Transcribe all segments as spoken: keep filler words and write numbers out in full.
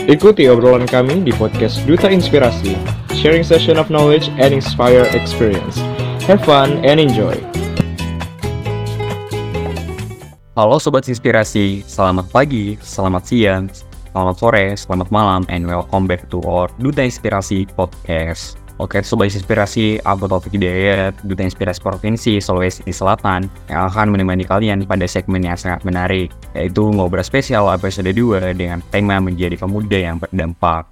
Ikuti obrolan kami di podcast Duta Inspirasi, sharing session of knowledge and inspire experience. Have fun and enjoy. Halo Sobat Inspirasi, selamat pagi, selamat siang, selamat sore, selamat malam, and welcome back to our Duta Inspirasi Podcast. Oke Sobat Inspirasi, aku Taufik Hidayat, Duta Inspirasi Provinsi Sulawesi Selatan, yang akan menemani kalian pada segmen yang sangat menarik, yaitu Ngobrol Spesial episode dua dengan tema Menjadi Pemuda yang Berdampak.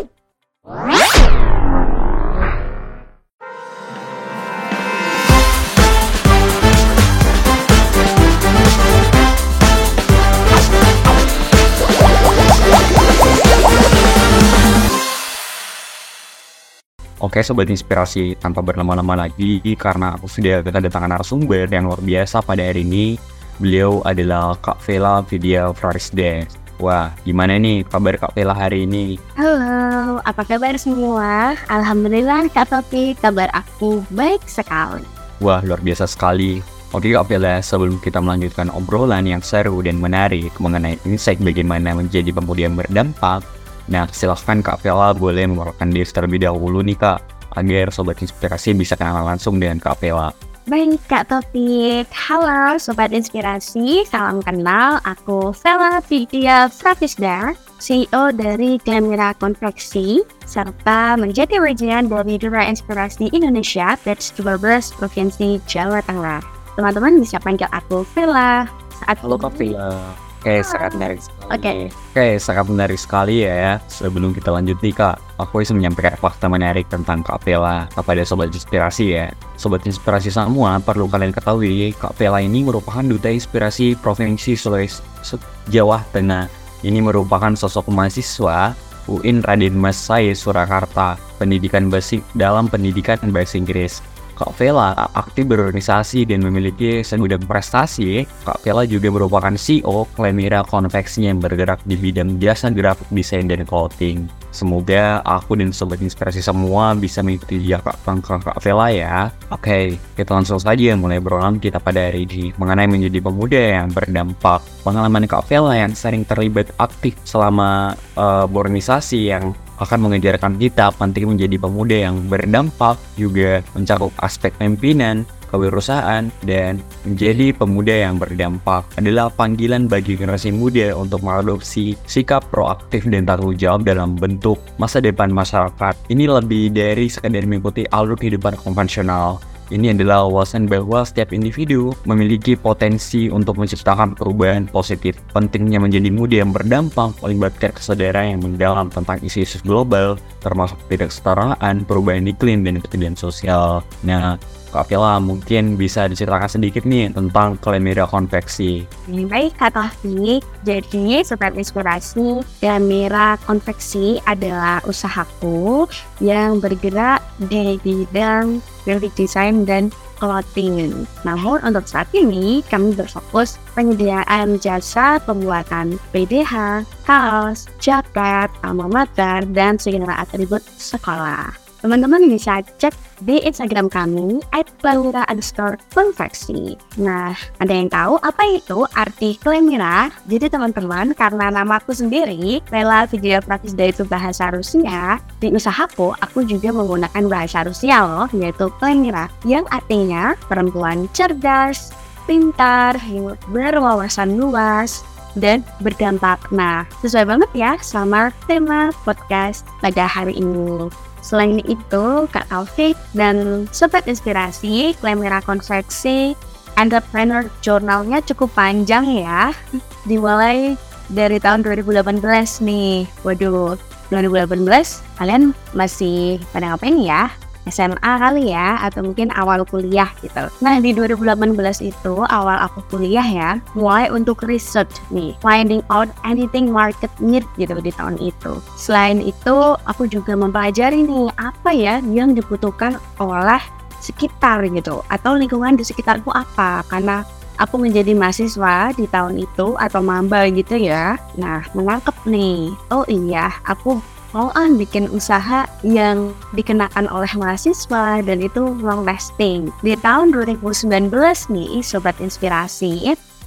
Oke Sobat Inspirasi, tanpa berlama-lama lagi, karena aku sudah kedatangan narasumber yang luar biasa pada hari ini. Beliau adalah Kak Vela Vidya Frarisda. Wah, gimana nih kabar Kak Vela hari ini? Halo, apa kabar semua? Alhamdulillah Kak Topi, kabar aku baik sekali. Wah, luar biasa sekali. Oke Kak Vela, sebelum kita melanjutkan obrolan yang seru dan menarik mengenai insight bagaimana menjadi pemuda yang berdampak, nah, silahkan Kak Vela boleh memperkenalkan diri terlebih dahulu nih Kak, agar Sobat Inspirasi bisa kenalan langsung dengan Kak Vela. Baik Kak Topik, halo Sobat Inspirasi, salam kenal, aku Vela Vidya Frarisda, C E O dari Glamira Konveksi, serta menjadi wajian dari Duta Inspirasi Indonesia, batch dua belas Provinsi Jawa Tengah. Teman-teman bisa panggil aku Vela. Saat Halo Kak Vela. Oke, sangat menarik sekali. Oke. Oke, sangat menarik sekali ya. Sebelum kita lanjut nih Kak, aku bisa menyampaikan fakta menarik tentang Kak Vela kepada Sobat Inspirasi ya. Sobat Inspirasi semua, perlu kalian ketahui, Kak Vela ini merupakan Duta Inspirasi Provinsi Sulawesi Jawa Tengah. Ini merupakan sosok mahasiswa U I N Raden Mas Said Surakarta, pendidikan basic dalam pendidikan bahasa Inggris. Kak Vela aktif berorganisasi dan memiliki segudang prestasi. Kak Vela juga merupakan C E O Glamira Konveksi yang bergerak di bidang jasa grafik desain dan clothing. Semoga aku dan Sobat Inspirasi semua bisa mengikuti jejak Kak Kak Vela ya. Oke, kita langsung saja mulai berulang kita pada hari ini mengenai menjadi pemuda yang berdampak. Pengalaman Kak Vela yang sering terlibat aktif selama uh, berorganisasi yang akan mengajarkan kita penting menjadi pemuda yang berdampak, juga mencakup aspek pimpinan, kewirausahaan, dan menjadi pemuda yang berdampak adalah panggilan bagi generasi muda untuk mengadopsi sikap proaktif dan tanggung jawab dalam bentuk masa depan masyarakat. Ini lebih dari sekadar mengikuti alur kehidupan konvensional. Ini adalah wawasan bahwa setiap individu memiliki potensi untuk menciptakan perubahan positif. Pentingnya menjadi muda yang berdampak melibatkan kesadaran yang mendalam tentang isu-isu global, termasuk ketidaksetaraan, perubahan iklim, dan keadilan sosial. Nah, Kak Vela mungkin bisa diceritakan sedikit nih tentang Glamira Konveksi. Baik Kak Taufik, jadi Sobat Inspirasi, Glamira Konveksi adalah usahaku yang bergerak di bidang graphic design dan clothing. Namun untuk saat ini kami berfokus penyediaan jasa pembuatan P D H, kaos, jaket, alma mater, dan segala atribut sekolah. Teman-teman bisa cek di Instagram kami at glamira underscore konveksi. Nah, ada yang tahu apa itu arti Glamira? Jadi teman-teman, karena namaku sendiri, Vela Vidya Frarisda itu bahasa Rusia, di usahaku aku juga menggunakan bahasa Rusia loh, yaitu Glamira, yang artinya perempuan cerdas, pintar, berwawasan luas, dan berdampak. Nah, sesuai banget ya sama tema podcast pada hari ini. Selain itu, Kak Taufik dan Sobat Inspirasi, Glamira Konveksi Entrepreneur Journal-nya cukup panjang ya. Dimulai dari tahun dua ribu delapan belas nih. Waduh, dua ribu delapan belas kalian masih pada ngapain ya? S M A kali ya, atau mungkin awal kuliah gitu. Nah, di dua ribu delapan belas itu awal aku kuliah ya, mulai untuk research nih, finding out anything market need gitu di tahun itu. Selain itu, aku juga mempelajari nih apa ya yang dibutuhkan oleh sekitar gitu, atau lingkungan di sekitarku apa, karena aku menjadi mahasiswa di tahun itu atau maba gitu ya. Nah, menangkap nih, oh iya, aku mau ah bikin usaha yang dikenakan oleh mahasiswa dan itu long lasting. Di tahun dua ribu sembilan belas nih, Sobat Inspirasi,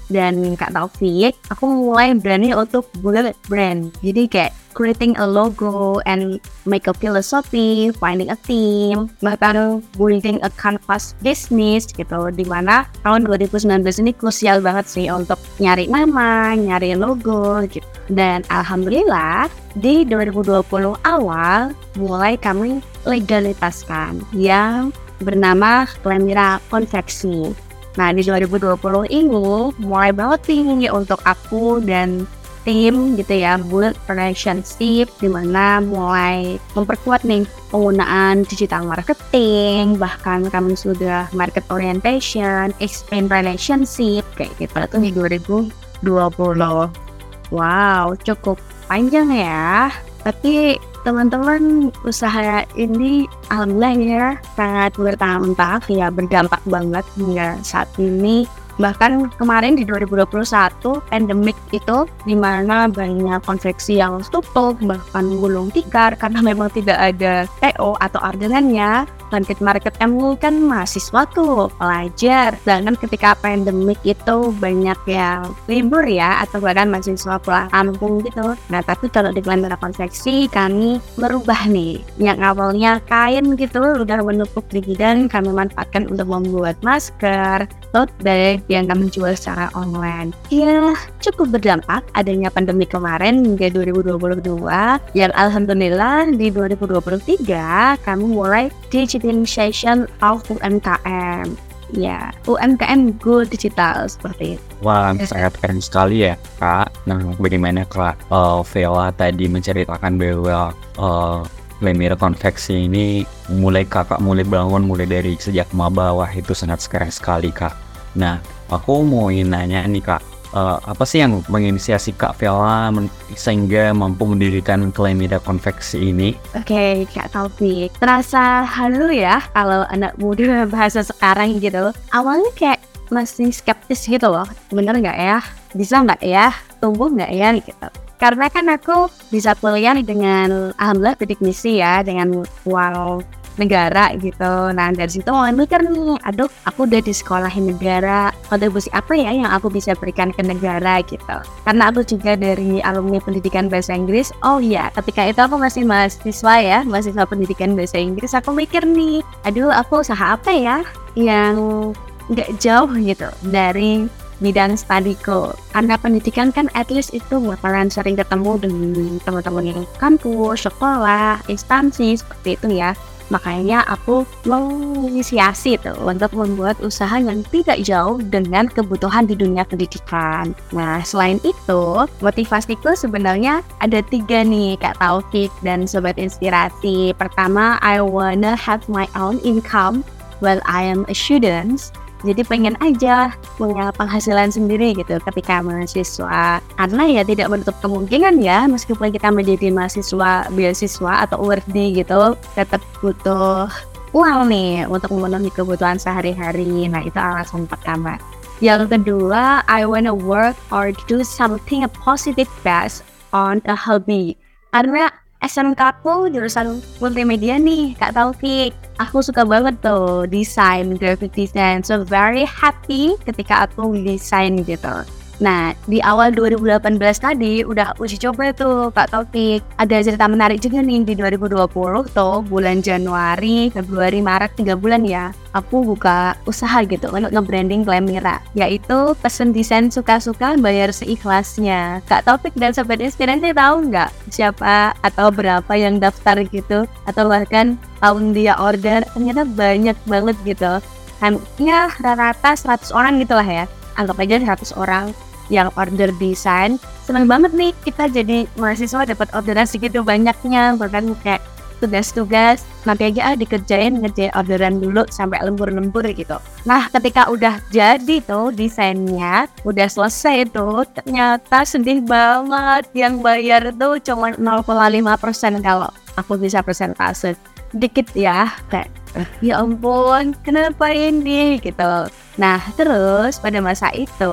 dan Kak Taufik, aku mulai berani untuk bullet brand. Jadi kayak creating a logo and make a philosophy, finding a theme, bahkan building a canvas business gitu. Dimana tahun dua ribu sembilan belas ini krusial banget sih untuk nyari nama, nyari logo gitu. Dan alhamdulillah di dua ribu dua puluh awal mulai kami legalitaskan yang bernama Glamira Konveksi. Nah di dua ribu dua puluh ini mulai banget tinggi untuk aku dan tim gitu ya, build relationship, dimana mulai memperkuat nih penggunaan digital marketing, bahkan kami sudah market orientation, expand relationship kayak gitu itu di dua ribu dua puluh. Wow, cukup panjang ya, tapi teman-teman usaha ini alhamdulillah ya sangat bertambah ya, berdampak banget hingga saat ini. Bahkan kemarin di dua ribu dua puluh satu pandemik itu dimana banyak konveksi yang tutup, bahkan gulung tikar karena memang tidak ada P O atau orderannya. Market market kamu kan mahasiswa tuh, pelajar. Dan ketika pandemik itu banyak yang libur ya, atau bahkan mahasiswa pulang kampung gitu. Nah tapi kalau di Glamira Konveksi kami merubah nih, yang awalnya kain gitu udah menumpuk di gudang, kami manfaatkan untuk membuat masker, tote bag yang kami jual secara online. Ya cukup berdampak adanya pandemi kemarin hingga dua ribu dua puluh dua, yang alhamdulillah di dua ribu dua puluh tiga kami mulai digitalization of U M K M. Ya, U M K M Go Digital seperti itu. Wah, sangat keren sekali ya, Kak. Nah, bagaimana Kak uh, Vela tadi menceritakan bahwa uh, Glamira Konveksi ini mulai kakak mulai bangun mulai dari sejak maba, wah itu sangat keren sekali, Kak. Nah, aku mau nanya nih, Kak. Uh, apa sih yang menginisiasi Kak Vela men- sehingga mampu mendirikan Glamira Konveksi ini? Oke, okay, Kak Taufik. Terasa halu ya kalau anak muda bahasa sekarang gitu. Awalnya kayak masih skeptis gitu loh. Bener nggak ya? Bisa nggak ya? Tumbuh nggak ya? Gitu. Karena kan aku bisa kuliah dengan alhamdulillah bidik misi ya, dengan uang negara gitu. Nah dari situ mulai mikir nih, aduh aku udah di sekolahin negara, kontribusi apa ya yang aku bisa berikan ke negara gitu. Karena aku juga dari alumni pendidikan bahasa Inggris. Oh iya, ketika itu aku masih mahasiswa ya, mahasiswa pendidikan bahasa Inggris. Aku mikir nih, aduh aku usaha apa ya yang nggak jauh gitu dari bidang studiku. Karena pendidikan kan at least itu bakalan sering ketemu dengan teman-teman yang kampus, sekolah, instansi seperti itu ya. Makanya aku menginisiasi tuh untuk membuat usaha yang tidak jauh dengan kebutuhan di dunia pendidikan. Nah selain itu motivasiku sebenarnya ada tiga nih Kak Taufik dan Sobat Inspirasi. Pertama, I wanna have my own income while I am a student. Jadi pengen aja punya penghasilan sendiri gitu ketika mahasiswa. Karena ya tidak menutup kemungkinan ya, meskipun kita menjadi mahasiswa beasiswa atau U R D gitu, tetap butuh uang nih untuk memenuhi kebutuhan sehari-hari. Nah itu alasan pertama. Yang kedua, I wanna work or do something positive based on a hobby. Karena S M K aku jurusan multimedia nih Kak Taufik. Aku suka banget tuh desain, graphic design. So very happy ketika aku desain gitu. Nah di awal dua ribu delapan belas tadi udah uji coba tuh Kak Taufik. Ada cerita menarik juga nih di dua ribu dua puluh tuh, bulan Januari, Februari, Maret, tiga bulan ya. Aku buka usaha gitu untuk nge-branding Glamira, yaitu pesen desain suka-suka bayar seikhlasnya. Kak Taufik dan Sobat Inspirasi tahu nggak siapa atau berapa yang daftar gitu, atau bahkan tahun dia order ternyata banyak banget gitu. Hanya rata-rata seratus orang gitu lah ya, anggap aja seratus orang yang order desain. Senang banget nih kita jadi mahasiswa dapat orderan segitu banyaknya, bahkan kayak tugas-tugas nanti aja ah dikerjain ngerjain orderan dulu sampai lembur-lembur gitu. Nah ketika udah jadi tuh desainnya udah selesai tuh, ternyata sedih banget, yang bayar tuh cuma nol koma lima persen kalau aku bisa persentase, dikit ya, kayak ya ampun kenapa ini gitu. Nah terus pada masa itu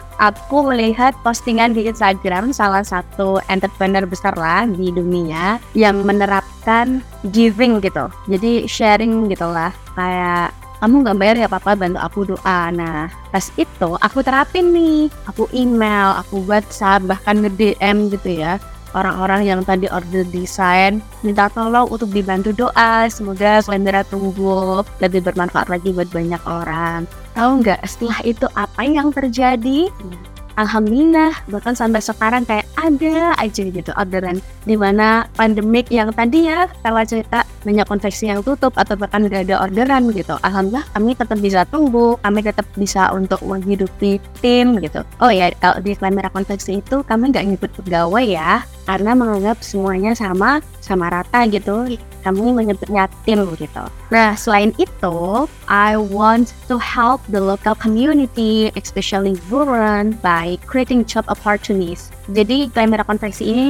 aku melihat postingan di Instagram salah satu entrepreneur besar lah di dunia yang menerapkan giving gitu, jadi sharing gitu lah, kayak kamu nggak bayar ya apa-apa, bantu aku doa. Nah pas itu aku terapin nih, aku email, aku WhatsApp, bahkan nge-D M gitu ya orang-orang yang tadi order desain, minta tolong untuk dibantu doa, semoga Slendra tumbuh lebih bermanfaat lagi buat banyak orang. Tahu nggak setelah itu apa yang terjadi? Alhamdulillah, bahkan sampai sekarang kayak ada aja gitu orderan, dimana pandemik yang tadi ya kalau cerita banyak konveksi yang tutup atau bahkan gak ada orderan gitu. Alhamdulillah kami tetap bisa tumbuh, kami tetap bisa untuk menghidupi tim gitu. Oh ya, kalau di Klamera Konveksi itu kami gak nyebut pegawai ya, karena menganggap semuanya sama sama rata gitu. Kami menyebutnya tim gitu. Nah selain itu, I want to help the local community, especially women, by creating job opportunities. Jadi Klamera Konveksi ini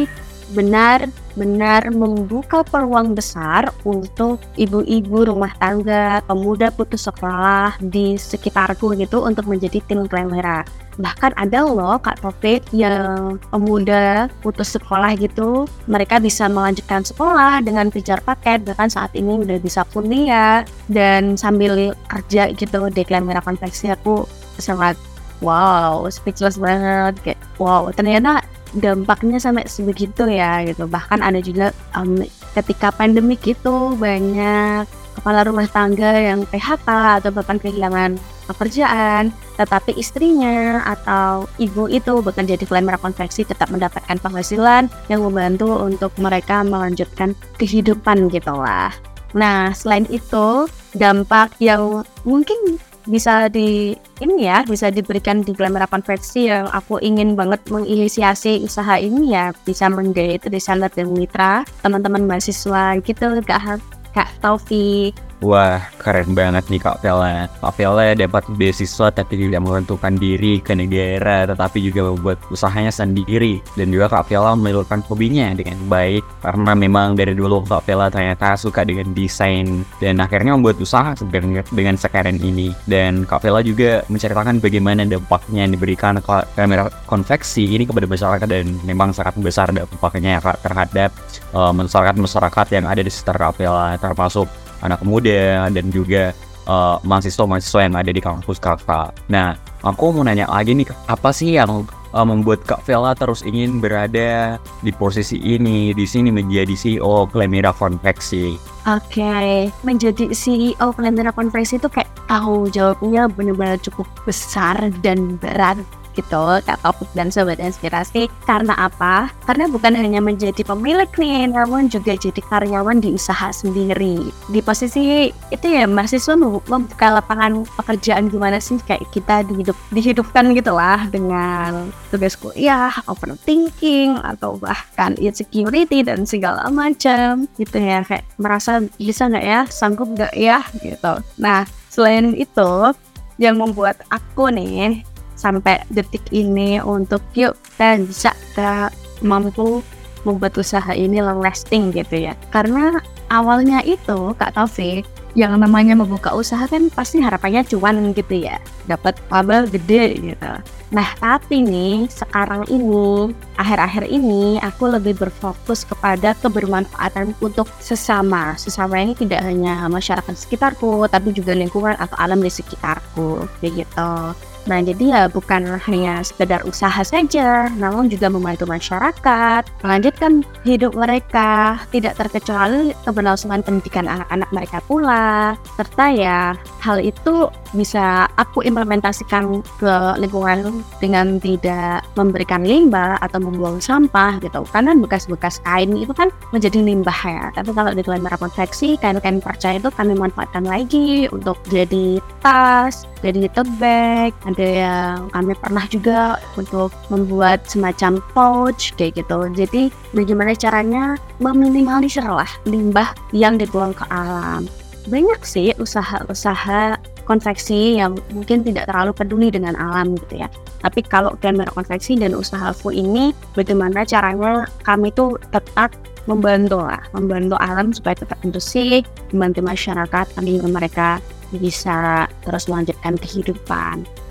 benar-benar membuka peluang besar untuk ibu-ibu rumah tangga, pemuda putus sekolah di sekitarku gitu untuk menjadi tim Klamera. Bahkan ada loh Kak Taufik yang pemuda putus sekolah gitu, mereka bisa melanjutkan sekolah dengan kejar paket, bahkan saat ini udah bisa kuliah dan sambil kerja gitu di Klamera Konveksi. Aku sangat wow, speechless banget, kayak wow ternyata dampaknya sampai sebegitu ya gitu. Bahkan ada juga um, ketika pandemi gitu banyak kepala rumah tangga yang P H K atau bahkan kehilangan pekerjaan, tetapi istrinya atau ibu itu bekerja di Klamera Konveksi tetap mendapatkan penghasilan yang membantu untuk mereka melanjutkan kehidupan gitu lah. Nah selain itu, dampak yang mungkin bisa di ini ya bisa diberikan di Klamera Konveksi yang aku ingin banget menginisiasi usaha ini ya, bisa menggait desainer dan mitra teman-teman mahasiswa gitu Kak Kak Taufik. Wah, keren banget nih Kak Vela. Kak Vela dapat beasiswa tapi tidak menentukan diri ke negara, tetapi juga membuat usahanya sendiri. Dan juga Kak Vela menyalurkan hobinya dengan baik, karena memang dari dulu Kak Vela ternyata suka dengan desain dan akhirnya membuat usaha sebenarnya dengan sekarang ini. Dan Kak Vela juga menceritakan bagaimana dampaknya yang diberikan Klamera Konveksi ini kepada masyarakat, dan memang sangat besar dampaknya terhadap uh, masyarakat-masyarakat yang ada di sekitar Kak Vela, termasuk anak muda dan juga uh, mahasiswa-mahasiswa yang ada di kampus kakak. Nah, aku mau nanya lagi nih, apa sih yang uh, membuat Kak Vela terus ingin berada di posisi ini, di sini menjadi C E O Klamera Konveksi? Oke, okay. Menjadi C E O Klamera Konveksi itu kayak tahu jawabnya benar-benar cukup besar dan berat gitu Kak Taufik dan Sobat Inspirasi. Karena apa? Karena bukan hanya menjadi pemilik nih, namun juga jadi karyawan di usaha sendiri. Di posisi itu ya mahasiswa membuka lapangan pekerjaan gimana sih kayak kita dihidup, dihidupkan gitu lah dengan tugas kuliah, open thinking, atau bahkan insecurity dan segala macam gitu ya, kayak merasa bisa nggak ya, sanggup nggak ya gitu. Nah selain itu yang membuat aku nih sampai detik ini untuk yuk kita bisa kita mampu membuat usaha ini long lasting gitu ya, karena awalnya itu Kak Taufik yang namanya membuka usaha kan pasti harapannya cuan gitu ya, dapat laba gede gitu. Nah tapi nih sekarang ini akhir-akhir ini aku lebih berfokus kepada kebermanfaatan untuk sesama sesama ini tidak hanya masyarakat sekitarku tapi juga lingkungan atau alam di sekitarku kayak gitu. Nah jadi ya bukan hanya sekedar usaha saja, namun juga membantu masyarakat melanjutkan hidup mereka, tidak terkecuali keberlangsungan pendidikan anak-anak mereka pula, serta ya hal itu bisa aku implementasikan ke lingkungan dengan tidak memberikan limbah atau membuang sampah gitu, karena bekas-bekas kain itu kan menjadi limbah ya. Tapi kalau di Klamera Konveksi, kain-kain perca itu kami manfaatkan lagi untuk jadi tas, jadi tote bag. Ada yang kami pernah juga untuk membuat semacam pouch kayak gitu. Jadi bagaimana caranya meminimalisir lah limbah yang dibuang ke alam. Banyak sih usaha-usaha konveksi yang mungkin tidak terlalu peduli dengan alam gitu ya. Tapi kalau Klamera Konveksi dan usahaku ini, bagaimana caranya kami tuh tetap membantu lah, membantu alam supaya tetap bersih, membantu masyarakat agar mereka bisa terus melanjutkan kehidupan.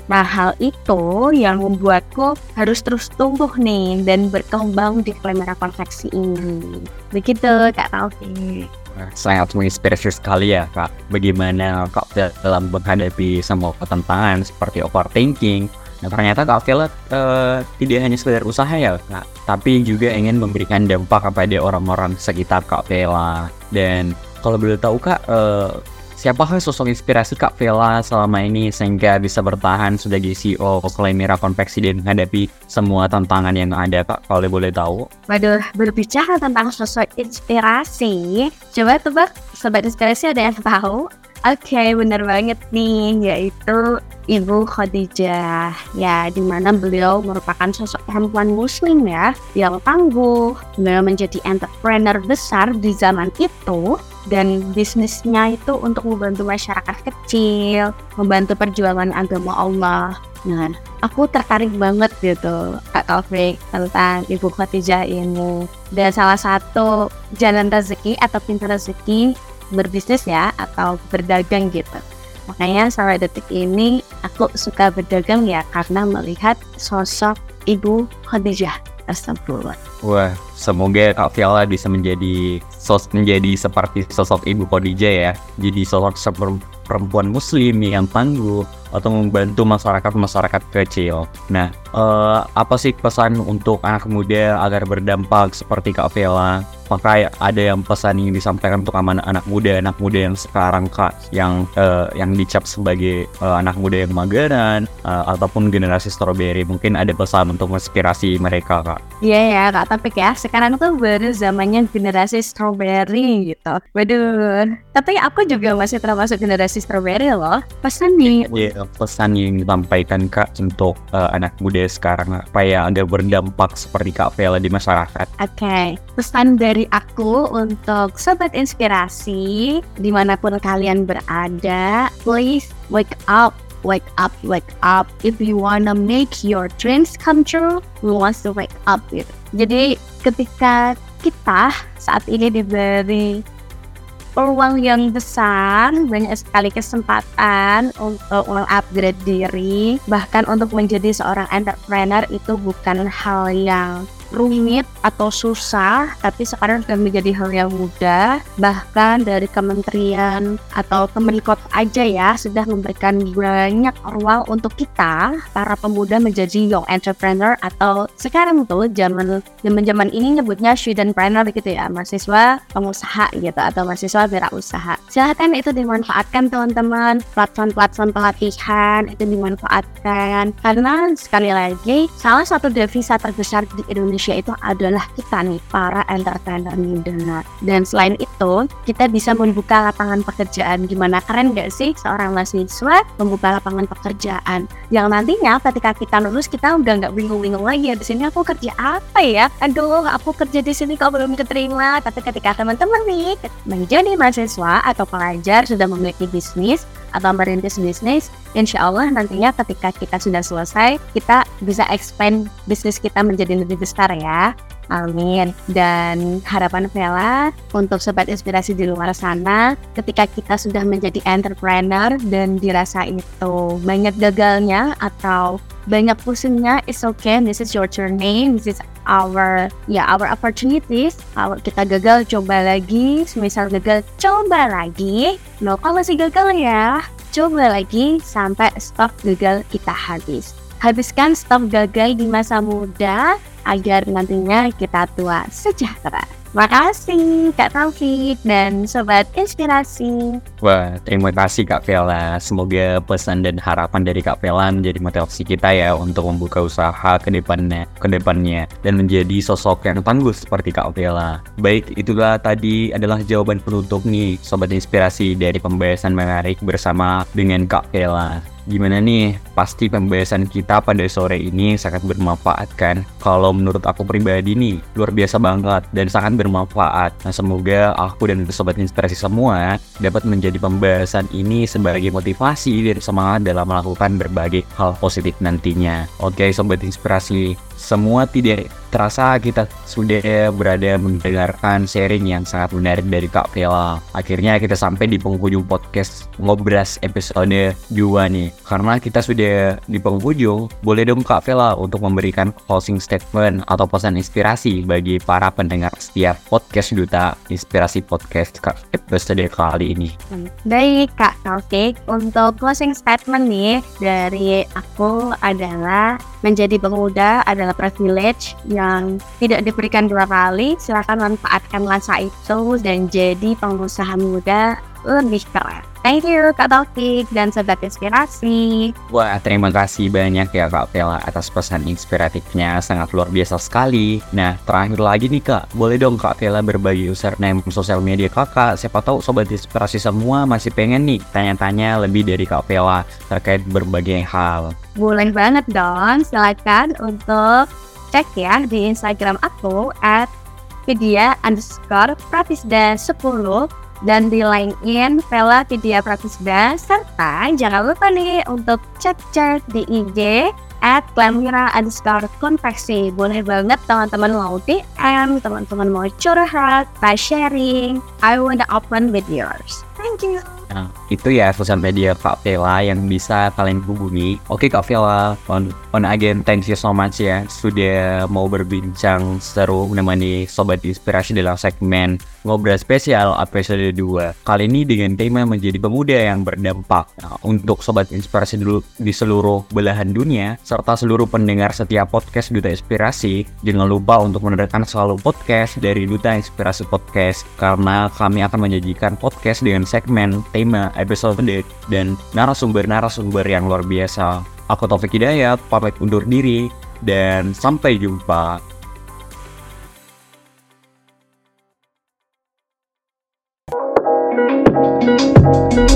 Nah, hal itu yang membuatku harus terus tumbuh nih dan berkembang di Kalimera Konveksi ini. Begitu Kak Taufik. Sangat menginspirasi sekali ya Kak. Bagaimana Kak Vela dalam menghadapi semua tantangan seperti overthinking. Nah, ternyata Kak Vela uh, tidak hanya sekedar usaha ya Kak, tapi juga ingin memberikan dampak kepada orang-orang sekitar Kak Vela. Dan kalau boleh tahu Kak, uh, siapakah sosok inspirasi Kak Vela selama ini sehingga bisa bertahan sebagai C E O Kalimera Konveksi dan menghadapi semua tantangan yang ada Kak, kalau boleh tahu? Waduh, berbicara tentang sosok inspirasi, coba tebak sobat inspirasi ada yang tahu? Oke, okay, benar banget nih, yaitu Ibu Khadijah. Ya, di mana beliau merupakan sosok perempuan muslim ya, yang tangguh. Beliau menjadi entrepreneur besar di zaman itu, dan bisnisnya itu untuk membantu masyarakat kecil, membantu perjuangan agama Allah. Nah, aku tertarik banget gitu, Kak Taufik, tentang Ibu Khadijah ini. Dan salah satu jalan rezeki atau pintu rezeki berbisnis ya, atau berdagang gitu. Makanya sampai detik ini aku suka berdagang ya, karena melihat sosok Ibu Khadijah tersebut. Wah, semoga Kak Vela bisa menjadi sos menjadi seperti sosok Ibu Khadijah ya. Jadi sosok seperti perempuan muslim yang tangguh atau membantu masyarakat-masyarakat kecil. Nah, uh, apa sih pesan untuk anak muda agar berdampak seperti Kak Vela? Apakah ada yang pesan yang disampaikan untuk anak-anak muda, anak muda yang sekarang Kak, yang uh, yang dicap sebagai uh, anak muda yang mageran uh, ataupun generasi strawberry? Mungkin ada pesan untuk menginspirasi mereka Kak? Iya ya Kak Taufik ya, sekarang tuh baru zamannya generasi strawberry gitu. Waduh, tapi aku juga masih termasuk generasi strawberry loh. Pesan nih. Iya, pesan yang disampaikan Kak untuk uh, anak muda sekarang supaya agar berdampak seperti Kak Vela di masyarakat. Oke, okay. Pesan dari aku untuk sobat inspirasi dimanapun kalian berada, please wake up. Wake up, wake up. If you wanna make your dreams come true, we want to wake up gitu. Jadi ketika kita saat ini diberi peluang yang besar, banyak sekali kesempatan untuk mengupgrade diri, bahkan untuk menjadi seorang entrepreneur itu bukan hal yang rumit atau susah, tapi sekarang sudah menjadi hal yang mudah. Bahkan dari kementerian atau Kemenkop aja ya sudah memberikan banyak ruang untuk kita para pemuda menjadi young entrepreneur, atau sekarang tuh zaman zaman zaman ini nyebutnya studentpreneur gitu ya, mahasiswa pengusaha gitu atau mahasiswa wirausaha. Silahkan itu dimanfaatkan teman-teman, platform-platform pelatihan itu dimanfaatkan, karena sekali lagi salah satu devisa terbesar di Indonesia itu adalah kita nih, para entrepreneur muda. Dan selain itu, kita bisa membuka lapangan pekerjaan. Gimana keren gak sih seorang mahasiswa membuka lapangan pekerjaan yang nantinya ketika kita lulus kita udah gak bingung-bingung lagi ya, di sini aku kerja apa ya? Aduh, aku kerja di sini kok belum keterima. Tapi ketika teman-teman nih menjadi mahasiswa atau pelajar sudah memiliki bisnis atau merintis bisnis, insya Allah nantinya ketika kita sudah selesai, kita bisa expand bisnis kita menjadi lebih besar ya. Amin. Dan harapan Vela untuk sobat inspirasi di luar sana, ketika kita sudah menjadi entrepreneur dan dirasa itu banyak gagalnya atau banyak pusingnya, it's okay, this is your journey, this is our ya yeah, our opportunities. Kalau kita gagal, coba lagi. Misal gagal, coba lagi. Loh, kalau masih gagal ya, coba lagi sampai stok gagal kita habis. Habiskan stok gagal di masa muda agar nantinya kita tua sejahtera. Makasih Kak Taufik dan sobat inspirasi. Wah, terima kasih Kak Vela. Semoga pesan dan harapan dari Kak Vela menjadi motivasi kita ya untuk membuka usaha ke depannya, ke depannya dan menjadi sosok yang tangguh seperti Kak Vela. Baik, itulah tadi adalah jawaban penutup nih sobat inspirasi dari pembahasan menarik bersama dengan Kak Vela. Gimana nih? Pasti pembahasan kita pada sore ini sangat bermanfaat kan? Kalau menurut aku pribadi nih, luar biasa banget dan sangat bermanfaat. Nah, semoga aku dan sobat inspirasi semua dapat menjadi pembahasan ini sebagai motivasi dan semangat dalam melakukan berbagai hal positif nantinya. Oke, sobat inspirasi, semua tidak terasa kita sudah berada mendengarkan sharing yang sangat menarik dari Kak Vela. Akhirnya kita sampai di penghujung podcast Ngobras episode dua nih. Karena kita sudah di penghujung, boleh dong Kak Vela untuk memberikan closing statement atau pesan inspirasi bagi para pendengar setiap podcast Duta Inspirasi Podcast episode kali ini. Baik Kak Taufik, untuk closing statement nih dari aku adalah menjadi pemuda adalah privilege yang tidak diberikan dua kali. Silakan manfaatkan masa itu dan jadi pengusaha muda lebih keren. Thank you Kak Taufik dan Sobat Inspirasi. Wah, terima kasih banyak ya Kak Vela atas pesan inspiratifnya, sangat luar biasa sekali. Nah, terakhir lagi nih Kak, boleh dong Kak Vela berbagi username sosial media Kakak. Siapa tahu Sobat Inspirasi semua masih pengen nih tanya-tanya lebih dari Kak Vela terkait berbagai hal. Boleh banget dong, silakan untuk cek ya di Instagram aku at vidya underscore pratisda sepuluh dan di LinkedIn Vela Vidya Pratisda, serta jangan lupa nih untuk cek-cek di I G at glamira underscore konveksi. Boleh banget teman-teman mau D M, teman-teman mau curhat, mau sharing, I wanna open with yours. Thank you. Nah, itu ya sosial media Kak Vela yang bisa kalian hubungi. Oke Kak Vela, on, on again, thank you so much ya sudah mau berbincang seru menemani Sobat Inspirasi dalam segmen Ngobrol Spesial episode dua. Kali ini dengan tema menjadi pemuda yang berdampak. Nah, untuk Sobat Inspirasi dulu di seluruh belahan dunia serta seluruh pendengar setiap podcast Duta Inspirasi, jangan lupa untuk mendengarkan selalu podcast dari Duta Inspirasi Podcast, karena kami akan menyajikan podcast dengan segmen tema episode dan narasumber-narasumber yang luar biasa. Aku Taufik Hidayat, pamit undur diri dan sampai jumpa. Thank you.